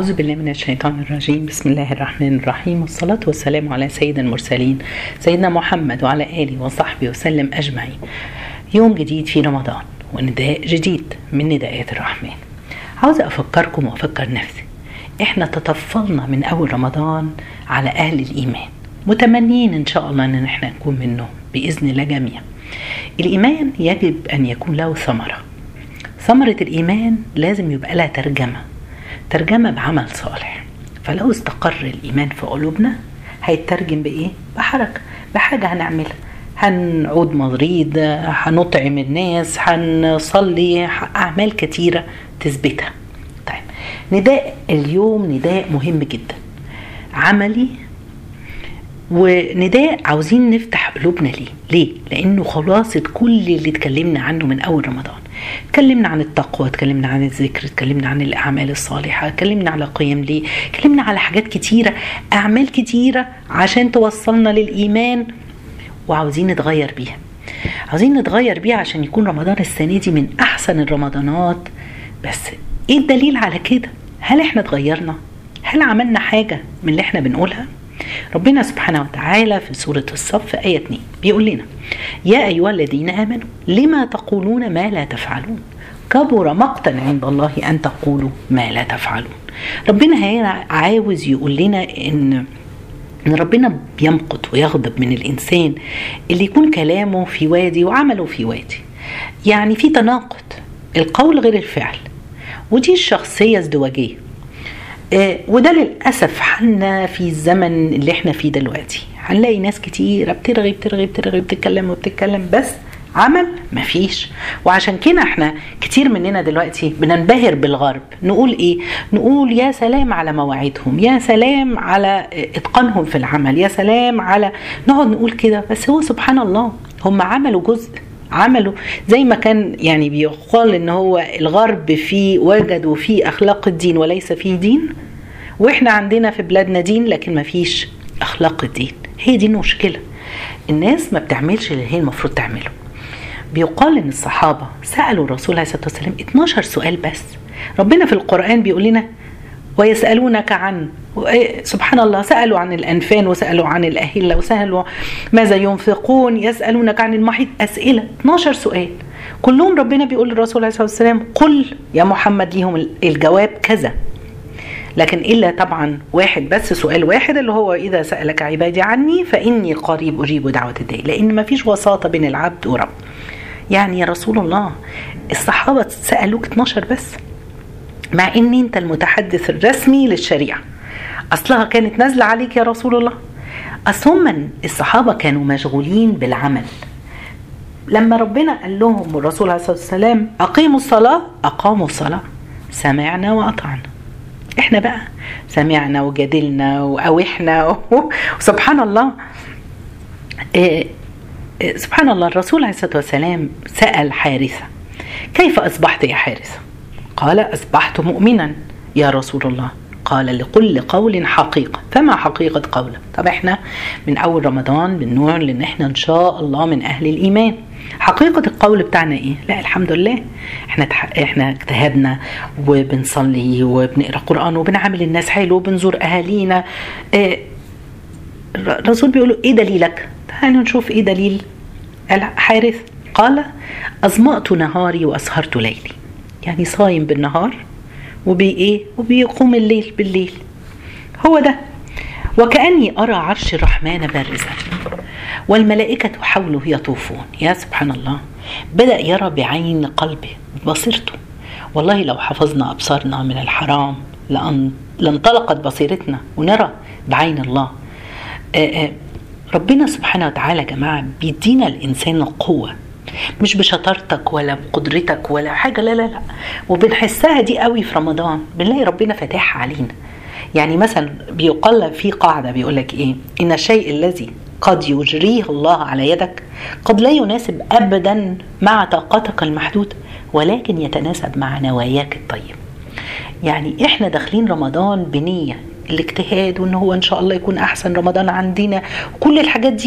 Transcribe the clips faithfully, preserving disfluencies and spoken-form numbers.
أعوذ بالله من الشيطان الرجيم. بسم الله الرحمن الرحيم، والصلاة والسلام على سيد المرسلين سيدنا محمد وعلى آله وصحبه وسلم أجمعين. يوم جديد في رمضان ونداء جديد من نداءات الرحمن. عاوز أفكركم وأفكر نفسي، إحنا تطفلنا من أول رمضان على أهل الإيمان، متمنين إن شاء الله أن إحنا نكون منهم بإذن الله جميعا. الإيمان يجب أن يكون له ثمرة. ثمرة الإيمان لازم يبقى لها ترجمة ترجمة بعمل صالح. فلو استقر الإيمان في قلوبنا هيترجم بإيه؟ بحركة، بحاجة هنعملها، هنعود مريض، هنطعم الناس، هنصلي، أعمال كتيرة تثبتها. طيب، نداء اليوم نداء مهم جدا، عملي، ونداء عاوزين نفتح قلوبنا ليه ليه لأنه خلاصة كل اللي اتكلمنا عنه من أول رمضان. اتكلمنا عن التقوى، اتكلمنا عن الذكر، اتكلمنا عن الأعمال الصالحة، اتكلمنا على قيم ليه، اتكلمنا على حاجات كتيرة، أعمال كتيرة عشان توصلنا للإيمان، وعاوزين نتغير بيها عاوزين نتغير بيها عشان يكون رمضان السنة دي من أحسن الرمضانات. بس ايه الدليل على كده؟ هل احنا اتغيرنا؟ هل عملنا حاجة من اللي احنا بنقولها؟ ربنا سبحانه وتعالى في سورة الصف آية اتنين بيقول لنا: يا أيها الذين آمنوا لما تقولون ما لا تفعلون كبر مقتا عند الله أن تقولوا ما لا تفعلون. ربنا هنا عاوز يقول لنا إن إن ربنا بيمقت ويغضب من الإنسان اللي يكون كلامه في وادي وعمله في وادي، يعني في تناقض، القول غير الفعل، ودي الشخصية ازدواجية. آه وده للأسف حالنا في الزمن اللي احنا فيه دلوقتي. هنلاقي ناس كتير بترغي بترغي بترغي بتتكلم وبتتكلم، بس عمل مفيش. وعشان كده احنا كتير مننا دلوقتي بننبهر بالغرب، نقول ايه؟ نقول يا سلام على مواعيدهم، يا سلام على اتقانهم في العمل، يا سلام على، نقعد نقول كده. بس هو سبحان الله هم عملوا جزء، عملوا زي ما كان يعني بيقال ان هو الغرب فيه وجدوا فيه اخلاق الدين وليس فيه دين، واحنا عندنا في بلادنا دين لكن ما فيش اخلاق الدين. هي دي المشكلة، الناس ما بتعملش اللي هي المفروض تعمله. بيقال ان الصحابة سألوا الرسول عليه الصلاة والسلام اتناشر سؤال بس. ربنا في القرآن بيقول لنا: ويسألونك عن، سبحان الله، سألوا عن الأنفان، وسألوا عن الأهلة، وسألوا ماذا ينفقون، يسألونك عن المحيط، أسئلة اتناشر سؤال كلهم ربنا بيقول للرسول عليه الصلاة والسلام: قل يا محمد ليهم الجواب كذا. لكن إلا طبعا واحد بس، سؤال واحد اللي هو: إذا سألك عبادي عني فإني قريب أجيب دعوة الداعي، لأن ما فيش وساطة بين العبد ورب. يعني يا رسول الله الصحابة سألوك اتناشر بس، مع ان انت المتحدث الرسمي للشريعة، اصلها كانت نازلة عليك يا رسول الله. اصلا الصحابة كانوا مشغولين بالعمل. لما ربنا قال لهم والرسول عليه الصلاة والسلام: اقيموا الصلاة، اقاموا الصلاة، سمعنا واطعنا. احنا بقى سمعنا وجادلنا واوحنا وسبحان الله. إيه سبحان الله. الرسول عليه الصلاة والسلام سأل حارثة: كيف أصبحت يا حارثة؟ قال: أصبحت مؤمنا يا رسول الله. قال: لكل قول حقيقة، فما حقيقة قولك؟ طب احنا من أول رمضان بنقول إن احنا إن شاء الله من أهل الإيمان. حقيقة القول بتاعنا إيه؟ لا الحمد لله احنا تح... احنا اجتهدنا وبنصلي وبنقرأ قرآن وبنعامل الناس حلو وبنزور أهالينا. اه الرسول بيقولوا: إيه دليلك؟ تعالوا نشوف إيه دليل الحارث. قال: أظمأت نهاري وأسهرت ليلي، يعني صايم بالنهار وبي إيه وبيقوم الليل بالليل. هو ده. وكأني أرى عرش الرحمن بارزا والملائكة حوله يطوفون. يا سبحان الله، بدأ يرى بعين قلبه بصيرته. والله لو حفظنا أبصارنا من الحرام لأن لانطلقت بصيرتنا ونرى بعين الله. آآ آآ ربنا سبحانه وتعالى يا جماعة بيدينا الإنسان القوة، مش بشطارتك ولا بقدرتك ولا حاجة، لا لا لا. وبنحسها دي قوي في رمضان، بنلاقي ربنا فتح علينا. يعني مثلا بيقال في قاعدة بيقولك ايه: إن الشيء الذي قد يجريه الله على يدك قد لا يناسب أبدا مع طاقتك المحدودة، ولكن يتناسب مع نواياك الطيب. يعني احنا داخلين رمضان بنية الاجتهاد، وان هو ان شاء الله يكون احسن رمضان عندنا، كل الحاجات دي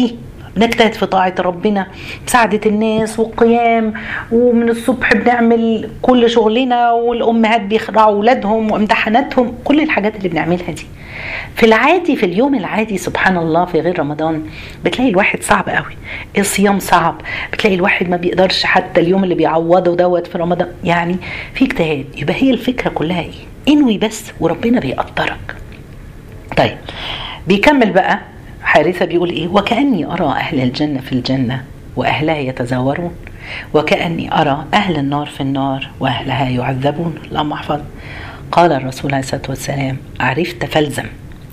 بنجتهد في طاعة ربنا، مساعدة الناس والقيام، ومن الصبح بنعمل كل شغلنا، والأمهات بيخرعوا أولادهم وامتحاناتهم، كل الحاجات اللي بنعملها دي في العادي، في اليوم العادي سبحان الله في غير رمضان بتلاقي الواحد صعب قوي، الصيام صعب، بتلاقي الواحد ما بيقدرش حتى اليوم اللي بيعوضه دوت في رمضان، يعني في اجتهاد. يبقى هي الفكرة كلها ايه؟ انوي بس وربنا بيقدرك. طيب بيكمل بقى حارثة بيقول ايه؟ وكأني أرى أهل الجنة في الجنة وأهلها يتزاورون، وكأني أرى أهل النار في النار وأهلها يعذبون. اللهم احفظ. قال الرسول عليه الصلاة والسلام: عرفت فالزم،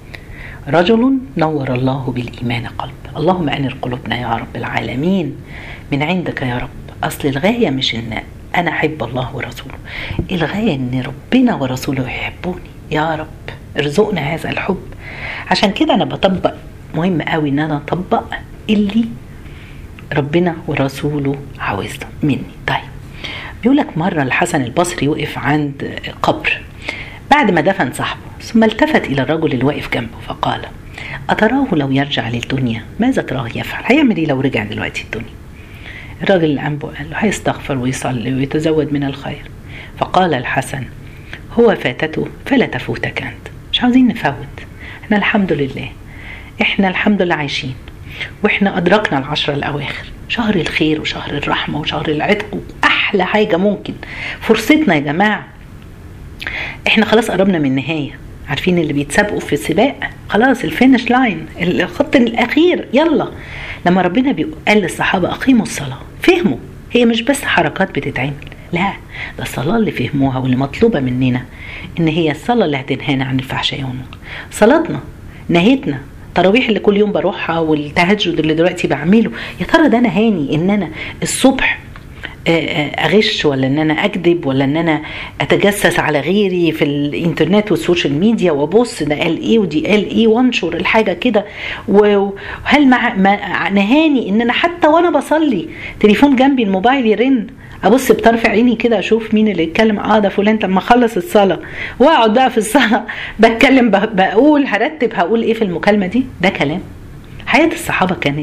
رجل نور الله بالإيمان قلب. اللهم أنر قلوبنا يا رب العالمين من عندك يا رب. أصل الغاية مش إن أنا أحب الله ورسوله، الغاية إن ربنا ورسوله يحبوني. يا رب ارزقنا هذا الحب. عشان كده أنا بطبق، مهم قوي إن أنا أطبق اللي ربنا ورسوله عاوزه مني. طيب بيقولك مرة الحسن البصري وقف عند قبر بعد ما دفن صاحبه، ثم التفت إلى الرجل الواقف جنبه فقال: أتراه لو يرجع للدنيا ماذا تراه يفعل؟ هيعمل إيه لو رجع دلوقتي الدنيا؟ الراجل اللي جنبه قال له: هيستغفر ويصلي ويتزود من الخير. فقال الحسن: هو فاتته فلا تفوتك أنت. مش عاوزين نفوت، احنا الحمد لله، احنا الحمد لله عايشين، واحنا أدركنا العشر الأواخر، شهر الخير وشهر الرحمة وشهر العتق، أحلى حاجة ممكن فرصتنا يا جماعة. احنا خلاص قربنا من النهاية، عارفين اللي بيتسابقوا في السباق خلاص الفينش لاين، الخط الأخير، يلا. لما ربنا قال للصحابة أقيموا الصلاة، فهموا هي مش بس حركات بتتعمل، لا، ده الصلاة اللي فهموها واللي مطلوبة مننا إن هي الصلاة اللي هتنهانا عن الفحشاء والمنكر. صلاتنا نهيتنا، تراويح اللي كل يوم بروحها والتهجد اللي دلوقتي بعمله، يا ترى ده نهاني إن أنا الصبح اغش، ولا ان انا اكذب، ولا ان انا اتجسس على غيري في الانترنت والسوشيال ميديا وابص ده قال ايه ودي قال ايه وانشر الحاجه كده؟ وهل مع نهاني ان انا حتى وانا بصلي تليفون جنبي الموبايل يرن، ابص بطرف عيني كده اشوف مين اللي يتكلم، اه ده فلان، لما اخلص الصلاه واقعد بقى في الصلاه بتكلم، بقول هرتب هقول ايه في المكالمه دي؟ ده كلام. حياه الصحابه كانت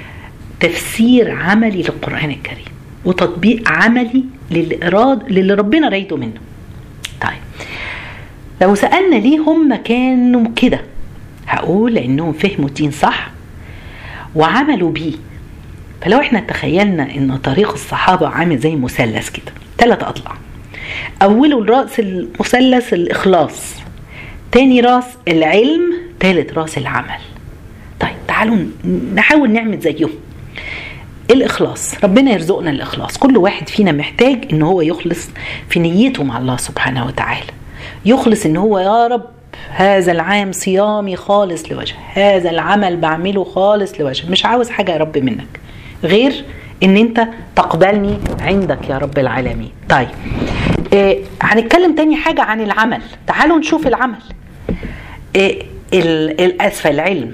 تفسير عملي للقران الكريم وتطبيق عملي للإراد للي ربنا رايده منه. طيب لو سألنا ليه هم كانوا كده، هقول لأنهم فهموا الدين صح وعملوا بيه. فلو احنا تخيلنا ان طريق الصحابة عامل زي مثلث كده، ثلاث أضلاع، أوله الرأس المثلث الإخلاص، تاني راس العلم، ثالث راس العمل. طيب تعالوا نحاول نعمل زيهم. الإخلاص، ربنا يرزقنا الإخلاص. كل واحد فينا محتاج إن هو يخلص في نيته مع الله سبحانه وتعالى، يخلص إن هو يا رب هذا العام صيامي خالص لوجه، هذا العمل بعمله خالص لوجه، مش عاوز حاجة يا رب منك غير إن أنت تقبلني عندك يا رب العالمين. طيب إيه، هنتكلم تاني حاجة عن العمل. تعالوا نشوف العمل. إيه الأسفل العلم،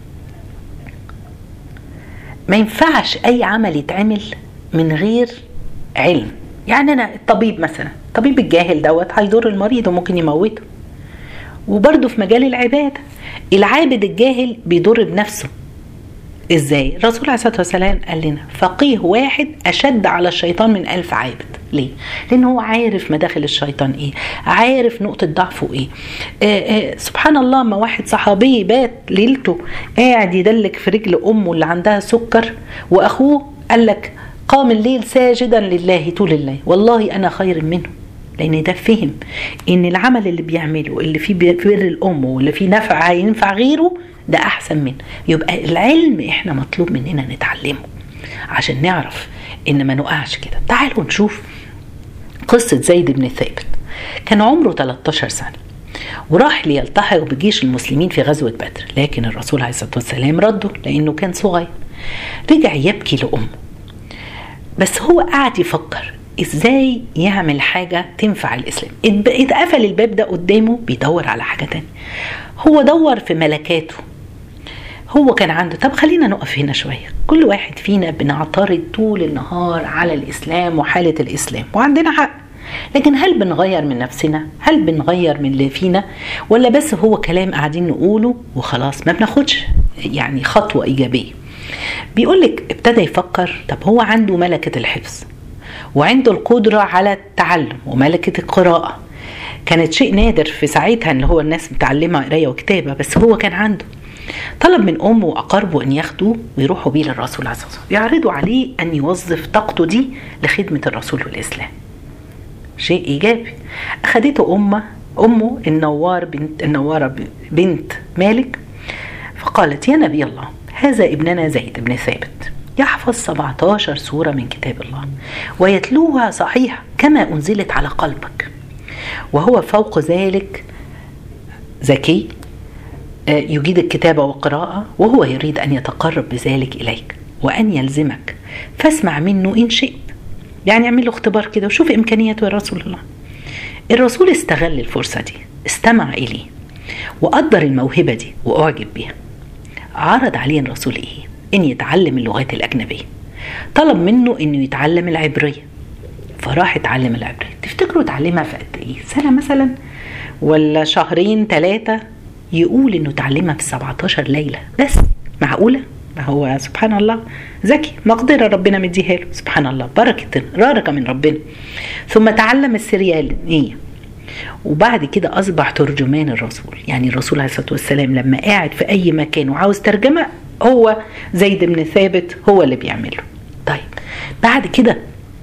ما ينفعش اي عمل يتعمل من غير علم. يعني انا الطبيب مثلا، الطبيب الجاهل دوت هيضر المريض وممكن يموته. وبرضه في مجال العباده، العابد الجاهل بيضر بنفسه. ازاي؟ الرسول عليه الصلاه والسلام قال لنا فقيه واحد اشد على الشيطان من ألف عابد. ليه؟ لأنه هو عارف مداخل الشيطان ايه، عارف نقطة ضعفه ايه. آآ آآ سبحان الله، ما واحد صحابي بات ليلته قاعد يدلك في رجل أمه اللي عندها سكر، وأخوه قال لك قام الليل ساجدا لله طول الليل، والله أنا خير منه. لأن ده فهم إن العمل اللي بيعمله اللي فيه بر الأم واللي فيه نفع هينفع غيره ده أحسن منه. يبقى العلم إحنا مطلوب مننا نتعلمه عشان نعرف إن ما نقعش كده. تعالوا نشوف قصة زيد بن ثابت. كان عمره ثلاثة عشر سنة وراح ليلتحق بجيش المسلمين في غزوة بدر، لكن الرسول عليه الصلاة والسلام رده لأنه كان صغير. رجع يبكي لأمه، بس هو قاعد يفكر ازاي يعمل حاجة تنفع الإسلام. اتقفل الباب ده قدامه، بيدور على حاجة تانية. هو دور في ملكاته، هو كان عنده. طب خلينا نقف هنا شوية. كل واحد فينا بنعترض طول النهار على الإسلام وحالة الإسلام، وعندنا حق، لكن هل بنغير من نفسنا؟ هل بنغير من اللي فينا؟ ولا بس هو كلام قاعدين نقوله وخلاص ما بناخدش يعني خطوة إيجابية؟ بيقولك ابتدى يفكر، طب هو عنده ملكة الحفظ وعنده القدرة على التعلم وملكة القراءة، كانت شيء نادر في ساعتها ان هو الناس متعلمة قراية وكتابة، بس هو كان عنده. طلب من أمه وأقاربه أن ياخدوه ويروحوا بيه للرسول عليه الصلاة والسلام، يعرضوا عليه أن يوظف طاقته دي لخدمة الرسول والإسلام. شيء إيجابي. أخذته أمه أمه النوار بنت النوارة بنت مالك، فقالت: يا نبي الله، هذا ابننا زيد بن ثابت يحفظ سبعة عشر سورة من كتاب الله ويتلوها صحيح كما أنزلت على قلبك، وهو فوق ذلك ذكي يجيد الكتابة والقراءة، وهو يريد أن يتقرب بذلك إليك وأن يلزمك، فاسمع منه إن شئت. يعني اعمل له اختبار كده وشوف إمكانياته يا رسول الله. الرسول استغل الفرصة دي، استمع إليه وقدر الموهبة دي وأعجب بها. عرض عليه الرسول إيه؟ إن يتعلم اللغات الأجنبية. طلب منه إنه يتعلم العبرية، فراح يتعلم العبرية. تفتكروا تعلمها في قد إيه؟ سنة مثلا ولا شهرين ثلاثة؟ يقول إنه تعلمها في سبعة عشر ليلة بس. معقولة؟ ما هو سبحان الله ذكي، مقدرة ربنا مديها له، سبحان الله، بركة بركة من ربنا. ثم تعلم السريانية، وبعد كده أصبح ترجمان الرسول. يعني الرسول عليه الصلاة والسلام لما قاعد في أي مكان وعاوز ترجمة، هو زيد بن ثابت هو اللي بيعمله. طيب بعد كده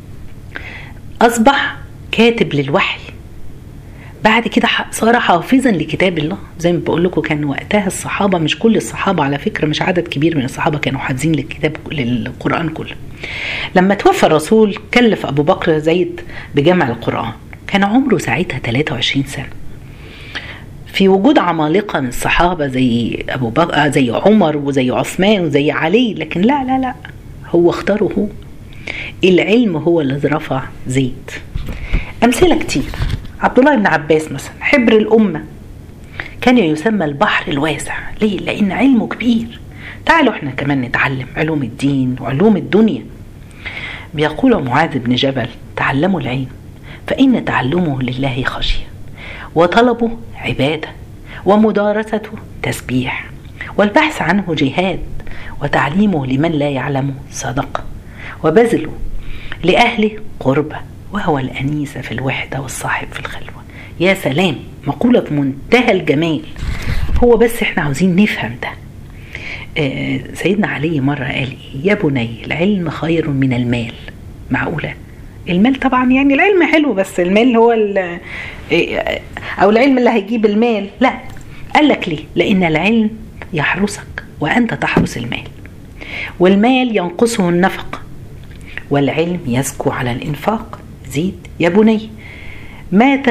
أصبح كاتب للوحي، بعد كده صار حافظا لكتاب الله. زي ما بقول لكم كان وقتها الصحابة، مش كل الصحابة على فكرة، مش عدد كبير من الصحابة كانوا حافظين للكتاب للقرآن كله. لما توفى الرسول كلف أبو بكر زيد بجمع القرآن، كان عمره ساعتها ثلاثة وعشرين سنة، في وجود عمالقة من الصحابة زي أبو بكر زي عمر وزي عثمان وزي علي، لكن لا لا لا هو اختاره هو. العلم هو الذي رفع زيد. أمثلة كتير. عبد الله بن عباس مثلا حبر الأمة، كان يسمى البحر الواسع. ليه؟ لأن علمه كبير. تعالوا احنا كمان نتعلم علوم الدين وعلوم الدنيا. بيقول معاذ بن جبل: تعلموا العلم فإن تعلمه لله خشية، وطلبه عبادة، ومدارسته تسبيح، والبحث عنه جهاد، وتعليمه لمن لا يعلمه صدقة، وبذله لأهله قربة، وهو الأنيس في الوحدة والصاحب في الخلوة. يا سلام، مقولة في منتهى الجمال. هو بس احنا عاوزين نفهم ده. آه سيدنا علي مرة قال ايه؟ يا بني العلم خير من المال. معقولة؟ المال طبعا يعني العلم حلو، بس المال هو او العلم اللي هيجيب المال؟ لا. قال لك ليه؟ لأن العلم يحرسك وأنت تحرس المال، والمال ينقصه النفق، والعلم يزكو على الإنفاق. زيد: يا بني مات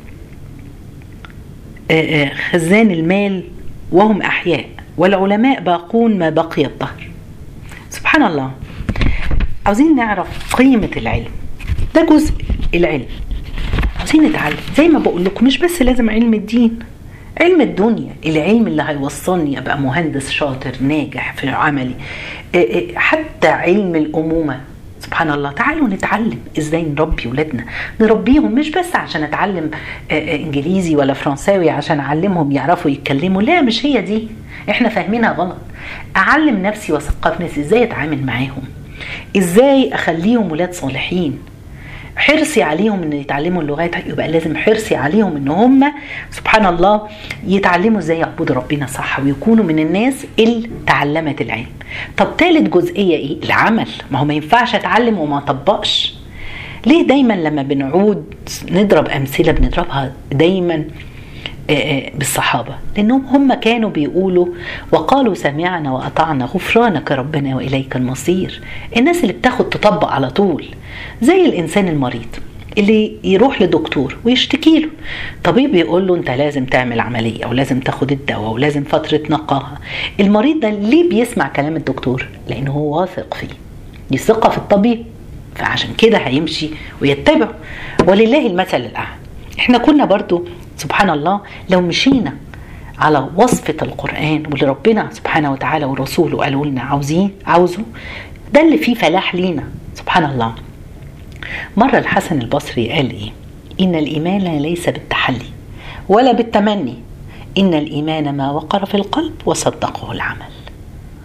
خزان المال وهم أحياء، والعلماء باقون ما بقي الدهر. سبحان الله. عاوزين نعرف قيمة العلم، ده جزء العلم. عاوزين نتعلم زي ما بقول لكم، مش بس لازم علم الدين، علم الدنيا، العلم اللي هيوصلني أبقى مهندس شاطر ناجح في عملي، حتى علم الأمومة. سبحان الله. تعالوا نتعلم ازاي نربي ولادنا، نربيهم مش بس عشان اتعلم انجليزي ولا فرنساوي عشان اعلمهم يعرفوا يتكلموا، لا مش هي دي، احنا فاهمينها غلط. اعلم نفسي واثقف نفسي ازاي اتعامل معاهم، ازاي اخليهم ولاد صالحين. حرصي عليهم ان يتعلموا اللغات، يبقى لازم حرصي عليهم ان هم سبحان الله يتعلموا ازاي يعبدوا ربنا صح، ويكونوا من الناس اللي تعلمت العلم. طب ثالث جزئية ايه؟ العمل. ما هو ما ينفعش اتعلم وما اطبقش. ليه دايما لما بنعود نضرب امثلة بنضربها دايما بالصحابة؟ لانهم هم كانوا بيقولوا وقالوا سمعنا واطعنا غفرانك ربنا واليك المصير. الناس اللي بتاخد تطبق على طول، زي الانسان المريض اللي يروح لدكتور ويشتكي له، طبيب يقول له انت لازم تعمل عملية ولازم تاخد الدواء ولازم فترة نقاهة. المريض ده ليه بيسمع كلام الدكتور؟ لانه هو واثق فيه، دي ثقة في الطبيب، فعشان كده هيمشي ويتبع. ولله المثل الأعلى. احنا كنا برضو سبحان الله لو مشينا على وصفة القرآن واللي ربنا سبحانه وتعالى ورسوله قالوا لنا عاوزين عاوزه، ده اللي فيه فلاح لينا. سبحان الله. مرة الحسن البصري قال ايه؟ إن الإيمان ليس بالتحلي ولا بالتمني، إن الإيمان ما وقر في القلب وصدقه العمل.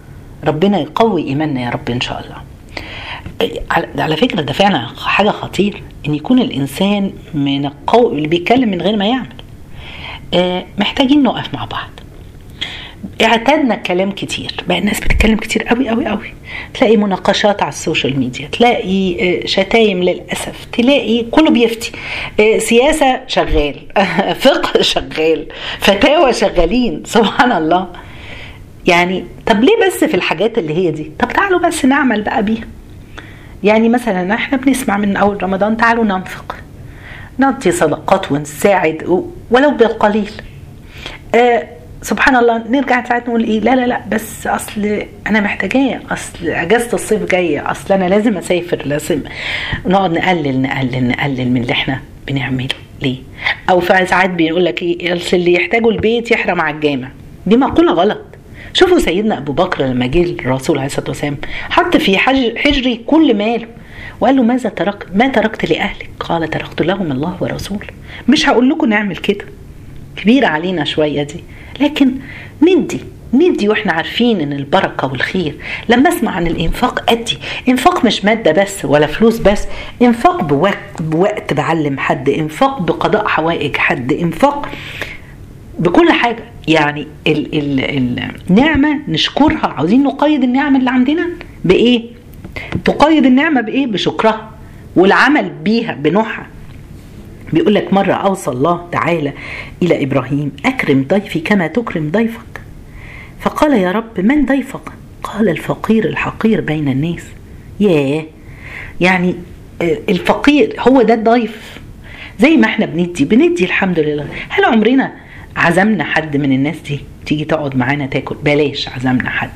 ربنا يقوي ايماننا يا رب ان شاء الله. على فكرة ده فعلا حاجة خطير ان يكون الانسان من القوي اللي بيتكلم من غير ما يعمل. محتاجين نقف مع بعض. اعتدنا كلام كتير، بقى الناس بتتكلم كتير قوي قوي قوي، تلاقي مناقشات على السوشيال ميديا، تلاقي شتايم للأسف، تلاقي كله بيفتي، سياسة شغال، فقه شغال، فتاوى شغالين، سبحان الله. يعني طب ليه بس في الحاجات اللي هي دي؟ طب تعالوا بس نعمل بقى بيها. يعني مثلا احنا بنسمع من اول رمضان تعالوا ننفق، نعطي صدقات ونساعد ولو بالقليل. آه سبحان الله، نرجع ساعات نقول ايه، لا لا لا بس اصل انا محتاجاه، اصل اجازه الصيف جايه، اصل انا لازم اسافر، لازم نقعد نقلل نقلل نقلل من اللي احنا بنعمله. ليه؟ او في ساعات بيقول لك ايه، اصل اللي يحتاجه البيت يحرم على الجامع. دي مقوله غلط. شوفوا سيدنا ابو بكر لما جه الرسول عليه الصلاه والسلام حط في حجري كل ماله وقال له ماذا تركت؟ ما تركت لاهلك؟ قال تركت لهم الله ورسوله. مش هقول لكم نعمل كده، كبيره علينا شويه دي، لكن ندي ندي واحنا عارفين ان البركه والخير. لما اسمع عن الانفاق ادي، انفاق مش ماده بس ولا فلوس بس، انفاق بوقت, بوقت بعلم حد، انفاق بقضاء حوائج حد، انفاق بكل حاجه. يعني ال ال النعمه نشكرها، عاوزين نقيد النعمه اللي عندنا بايه؟ تقيد النعمه بايه؟ بشكرها والعمل بيها بنوعها. بيقول لك مرة أوصى الله تعالى إلى إبراهيم أكرم ضيفي كما تكرم ضيفك. فقال يا رب من ضيفك؟ قال الفقير الحقير بين الناس. ياه، يعني الفقير هو ده الضيف. زي ما احنا بندي بندي الحمد لله. هل عمرنا عزمنا حد من الناس دي تيجي تقعد معانا تاكل؟ بلاش عزمنا حد.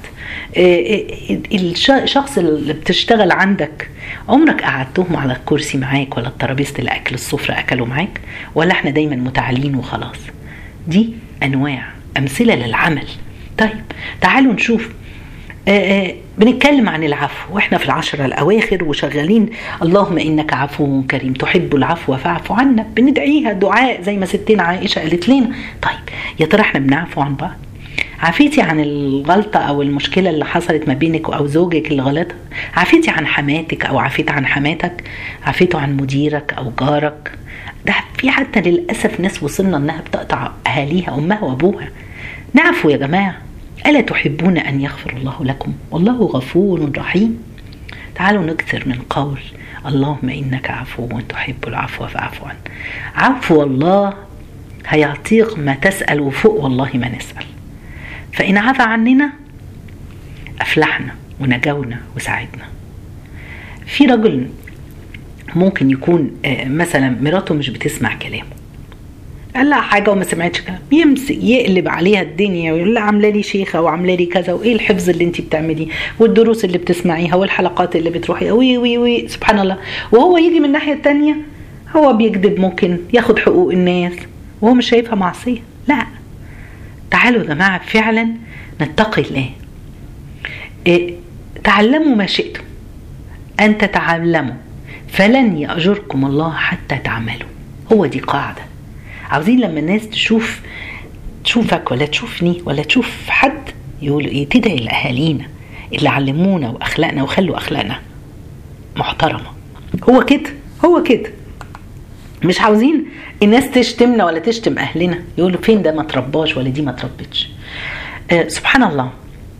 الشخص اللي بتشتغل عندك عمرك قعدتهم على الكرسي معاك ولا ترابيزه الاكل السفره اكلوا معاك؟ ولا احنا دايما متعالين وخلاص؟ دي انواع امثله للعمل. طيب تعالوا نشوف. آآ آآ بنتكلم عن العفو واحنا في العشرة الاواخر وشغالين اللهم انك عفو كريم تحب العفو فاعف عنا، بندعيها دعاء زي ما ستنا عائشه قالت لنا. طيب يا ترى احنا بنعفو عن بعض؟ عفيتي عن الغلطة أو المشكلة اللي حصلت ما بينك أو زوجك اللي غلطها؟ عفيتي عن حماتك أو عفيت عن حماتك؟ عفيتوا عن مديرك أو جارك؟ ده في حتى للأسف ناس وصلنا أنها بتقطع أهاليها أمها وأبوها. نعفو يا جماعة. ألا تحبون أن يغفر الله لكم والله غفور رحيم؟ تعالوا نكثر من قول اللهم إنك عفو تحب العفو فاعف عنا. عفو الله هيعطيك ما تسأل وفوق والله ما نسأل. فإن عفى عننا أفلحنا ونجونا وساعدنا. في رجل ممكن يكون مثلا مراته مش بتسمع كلامه، قال لها حاجة وما سمعتش كلام، يمسك يقلب عليها الدنيا ويقول لها عامله لي شيخة وعامله لي كذا، وايه الحفظ اللي انت بتعمليه والدروس اللي بتسمعيها والحلقات اللي بتروحيها وي وي وي سبحان الله. وهو يجي من الناحية التانية هو بيكذب، ممكن ياخد حقوق الناس وهو مش شايفها معصية. لا، تعالوا يا جماعة فعلا نتقي الله. إيه، تعلموا ما شئتم أن تتعلموا فلن يأجركم الله حتى تعملوا. هو دي قاعدة. عاوزين لما الناس تشوف تشوفك ولا تشوفني ولا تشوف حد يقولوا ايه، تدعي لأهالينا اللي علمونا وأخلاقنا وخلوا أخلاقنا محترمة. هو كده هو كده. مش عاوزين الناس تشتمنا ولا تشتم أهلنا، يقولوا فين ده ما ترباش ولا دي ما تربتش. آه سبحان الله.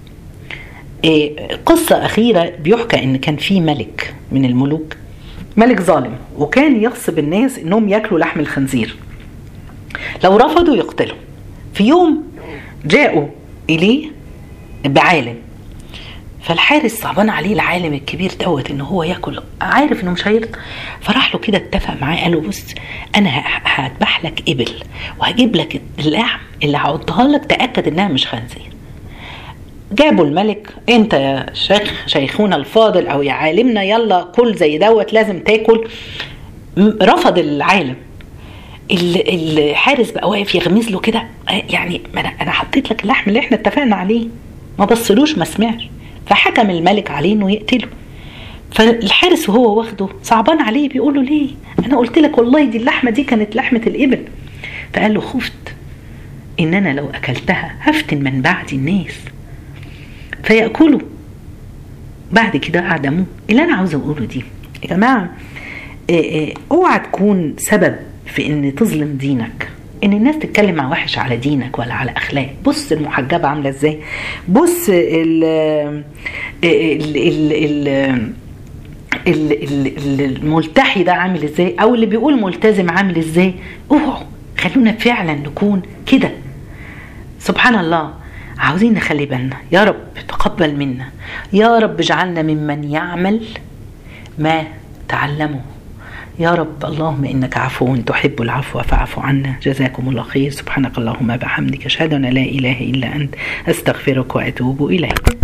آه قصة أخيرة بيحكى إن كان في ملك من الملوك، ملك ظالم، وكان يغصب الناس إنهم يأكلوا لحم الخنزير، لو رفضوا يقتلوا. في يوم جاءوا إليه بعالم، فالحارس صعبان عليه العالم الكبير دوت إنه هو يأكل، عارف إنه مش هيرضى، فراح له كده اتفق معاه، قال له بص أنا هذبح لك إبل وهجيب لك اللحم اللي هحطها لك تأكد إنها مش خنزير. جابوا الملك، انت يا شيخ شيخونا الفاضل او يا عالمنا يلا كل زي دوت لازم تاكل. رفض العالم. الحارس بقى واقف يغمز له كده، يعني انا حطيت لك اللحم اللي احنا اتفقنا عليه، ما بصلوش ما سمعش، فحكم الملك عليه انه يقتله. فالحارس وهو واخده صعبان عليه بيقول له ليه؟ انا قلت لك والله دي اللحمه دي كانت لحمه الابل. فقال له خفت ان انا لو اكلتها هفتن من بعد الناس فيأكلوا بعد كده اعدموه. اللي انا عاوزه اقوله دي يا جماعه، اوعى تكون سبب في ان تظلم دينك، ان الناس تتكلم مع وحش على دينك ولا على اخلاق. بص المحجبه عامله ازاي، بص ال ال ال ال الملتحي ده عامل ازاي، او اللي بيقول ملتزم عامل ازاي. اوعوا خلونا فعلا نكون كده. سبحان الله، عاوزين نخلي بالنا. يا رب تقبل منا، يا رب اجعلنا ممن يعمل ما تعلمه يا رب. اللهم إنك عفو تحب العفو فاعف عنا. جزاكم الله خير. سبحانك اللهم بحمدك، أشهد أن لا إله إلا أنت، أستغفرك وأتوب إليك.